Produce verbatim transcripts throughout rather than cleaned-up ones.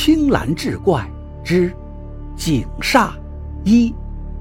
青蓝志怪之井煞一。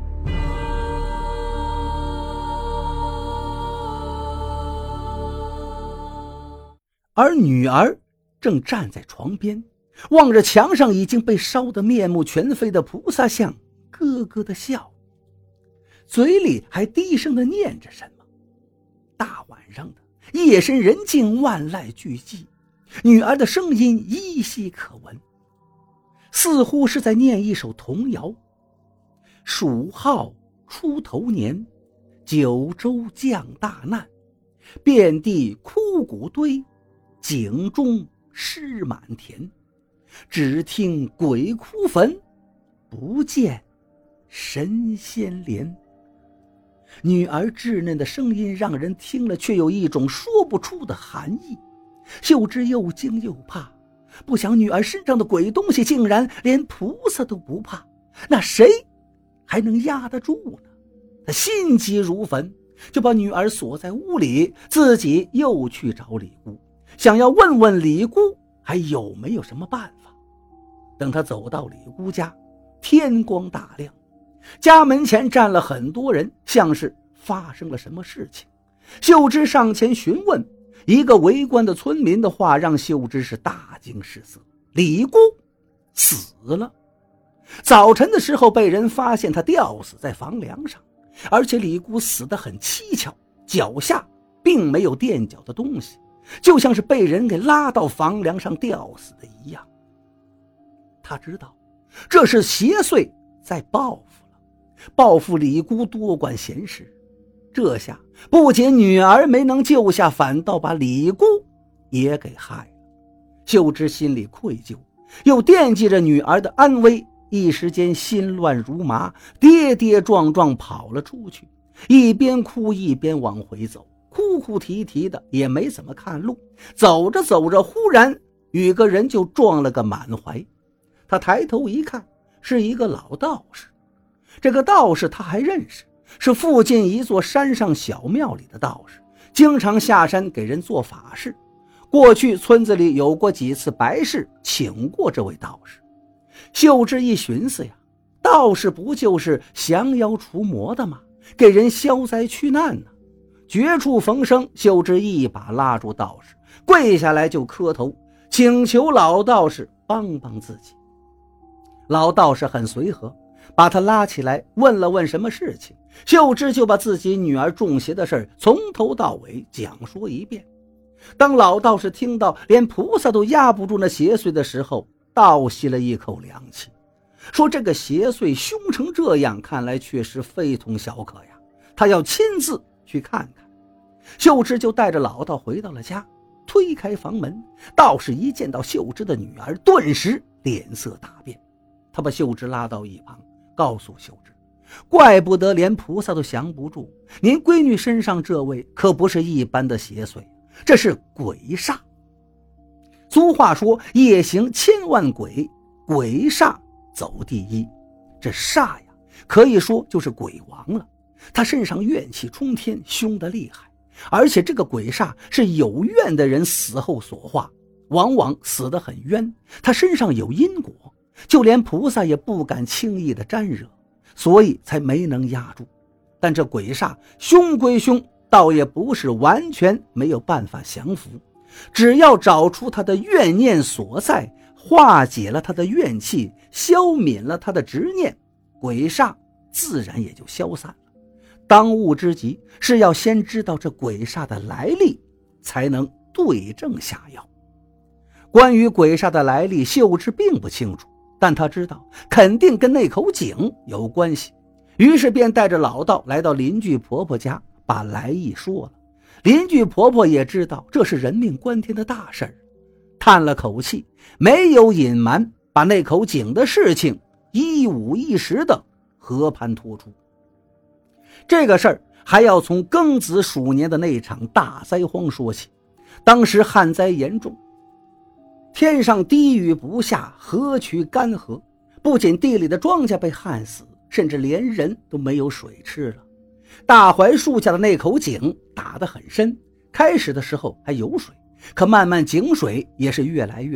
而女儿正站在床边，望着墙上已经被烧得面目全非的菩萨像，咯咯地笑，嘴里还低声地念着什么。大晚上的，夜深人静，万籁俱寂，女儿的声音依稀可闻，似乎是在念一首童谣：蜀号出头年，九州降大难，遍地枯骨堆，井中尸满田，只听鬼哭坟，不见神仙怜。女儿稚嫩的声音让人听了却有一种说不出的寒意，秀芝又惊又怕，不想女儿身上的鬼东西竟然连菩萨都不怕，那谁还能压得住呢？他心急如焚，就把女儿锁在屋里，自己又去找李姑，想要问问李姑还有没有什么办法。等他走到李姑家，天光大亮，家门前站了很多人，像是发生了什么事情。秀芝上前询问，一个围观的村民的话让秀芝是大惊失色，李姑死了。早晨的时候被人发现她吊死在房梁上，而且李姑死得很蹊跷，脚下并没有垫脚的东西，就像是被人给拉到房梁上吊死的一样。他知道这是邪祟在报复了，报复李姑多管闲事。这下不仅女儿没能救下，反倒把李姑也给害了。秀芝心里愧疚，又惦记着女儿的安危，一时间心乱如麻，跌跌撞撞跑了出去，一边哭一边往回走，哭哭啼啼的，也没怎么看路。走着走着，忽然与个人就撞了个满怀。他抬头一看，是一个老道士。这个道士他还认识，是附近一座山上小庙里的道士，经常下山给人做法事。过去村子里有过几次白事，请过这位道士。秀芝一寻思呀，道士不就是降妖除魔的吗？给人消灾去难呢。绝处逢生，秀芝一把拉住道士，跪下来就磕头，请求老道士帮帮自己。老道士很随和，把他拉起来问了问什么事情，秀芝就把自己女儿中邪的事从头到尾讲说一遍。当老道士听到连菩萨都压不住那邪祟的时候，倒吸了一口凉气，说这个邪祟凶成这样，看来确实非同小可呀，他要亲自去看看。秀芝就带着老道回到了家，推开房门，道士一见到秀芝的女儿，顿时脸色大变。他把秀芝拉到一旁，告诉秀芝，怪不得连菩萨都降不住，您闺女身上这位可不是一般的邪祟，这是鬼煞。俗话说夜行千万鬼，鬼煞走第一。这煞呀，可以说就是鬼王了，他身上怨气冲天，凶得厉害，而且这个鬼煞是有怨的人死后所化，往往死得很冤，他身上有因果，就连菩萨也不敢轻易的沾惹，所以才没能压住。但这鬼煞凶归凶，倒也不是完全没有办法降服，只要找出他的怨念所在，化解了他的怨气，消泯了他的执念，鬼煞自然也就消散了。当务之急是要先知道这鬼煞的来历，才能对症下药。关于鬼煞的来历，秀芝并不清楚，但他知道肯定跟那口井有关系，于是便带着老道来到邻居婆婆家，把来意说了。邻居婆婆也知道这是人命关天的大事儿，叹了口气，没有隐瞒，把那口井的事情一五一十的和盘托出。这个事儿还要从庚子鼠年的那场大灾荒说起。当时旱灾严重，天上滴雨不下，河渠干涸，不仅地里的庄稼被旱死，甚至连人都没有水吃了。大槐树下的那口井打得很深，开始的时候还有水，可慢慢井水也是越来越少，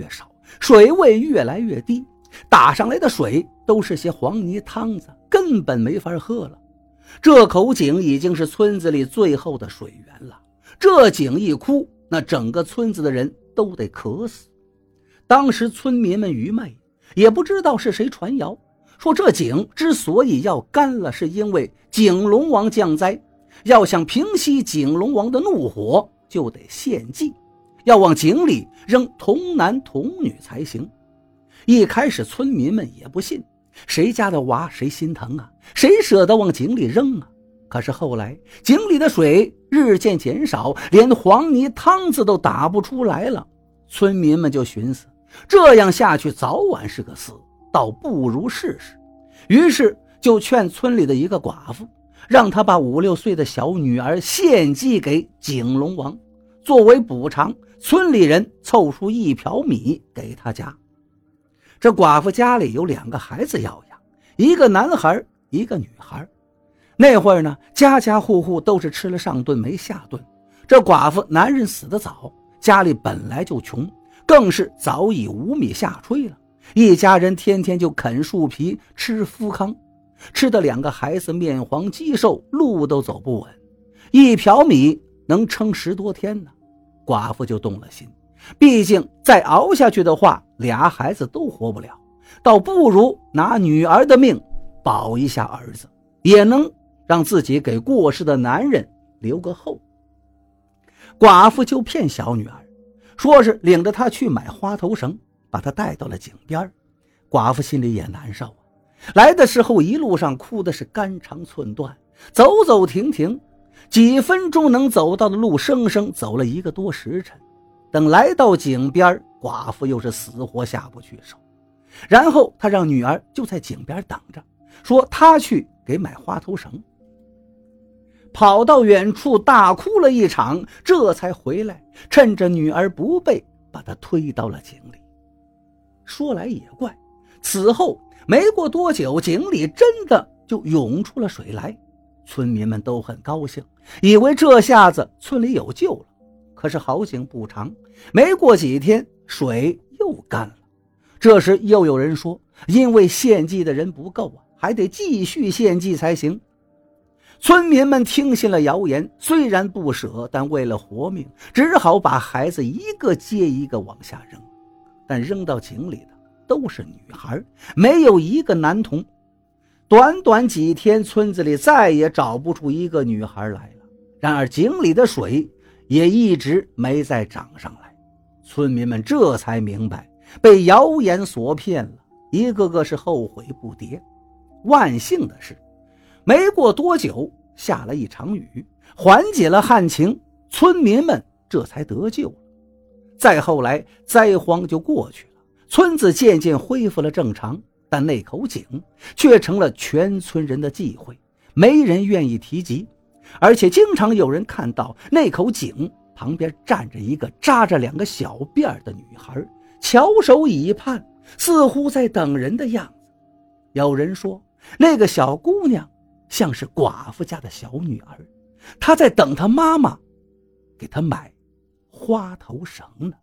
水位越来越低，打上来的水都是些黄泥汤子，根本没法喝了。这口井已经是村子里最后的水源了，这井一枯，那整个村子的人都得渴死。当时村民们愚昧，也不知道是谁传谣，说这井之所以要干了，是因为井龙王降灾，要想平息井龙王的怒火，就得献祭，要往井里扔童男童女才行。一开始村民们也不信，谁家的娃谁心疼啊，谁舍得往井里扔啊？可是后来井里的水日渐减少，连黄泥汤子都打不出来了，村民们就寻思，这样下去早晚是个死，倒不如试试。于是就劝村里的一个寡妇，让她把五六岁的小女儿献祭给井龙王，作为补偿，村里人凑出一瓢米给她家。这寡妇家里有两个孩子要养，一个男孩一个女孩。那会儿呢，家家户户都是吃了上顿没下顿。这寡妇男人死得早，家里本来就穷，更是早已无米下炊了，一家人天天就啃树皮吃麸糠，吃的两个孩子面黄肌瘦，路都走不稳。一瓢米能撑十多天呢，寡妇就动了心，毕竟再熬下去的话，俩孩子都活不了，倒不如拿女儿的命保一下儿子，也能让自己给过世的男人留个后。寡妇就骗小女儿，说是领着她去买花头绳，把她带到了井边。寡妇心里也难受啊，来的时候一路上哭的是肝肠寸断，走走停停，几分钟能走到的路，生生走了一个多时辰。等来到井边，寡妇又是死活下不去手，然后她让女儿就在井边等着，说她去给买花头绳。跑到远处大哭了一场，这才回来，趁着女儿不备，把她推到了井里。说来也怪，此后没过多久，井里真的就涌出了水来，村民们都很高兴，以为这下子村里有救了。可是好景不长，没过几天水又干了。这时又有人说，因为献祭的人不够啊，还得继续献祭才行。村民们听信了谣言，虽然不舍，但为了活命，只好把孩子一个接一个往下扔。但扔到井里的都是女孩，没有一个男童。短短几天，村子里再也找不出一个女孩来了。然而井里的水也一直没再涨上来。村民们这才明白被谣言所骗了，一个个是后悔不迭。万幸的是，没过多久下了一场雨，缓解了旱情，村民们这才得救了。再后来灾荒就过去了，村子渐渐恢复了正常，但那口井却成了全村人的忌讳，没人愿意提及。而且经常有人看到那口井旁边站着一个扎着两个小辫的女孩，翘首以盼，似乎在等人的样子。有人说那个小姑娘像是寡妇家的小女儿，她在等她妈妈给她买花头绳呢。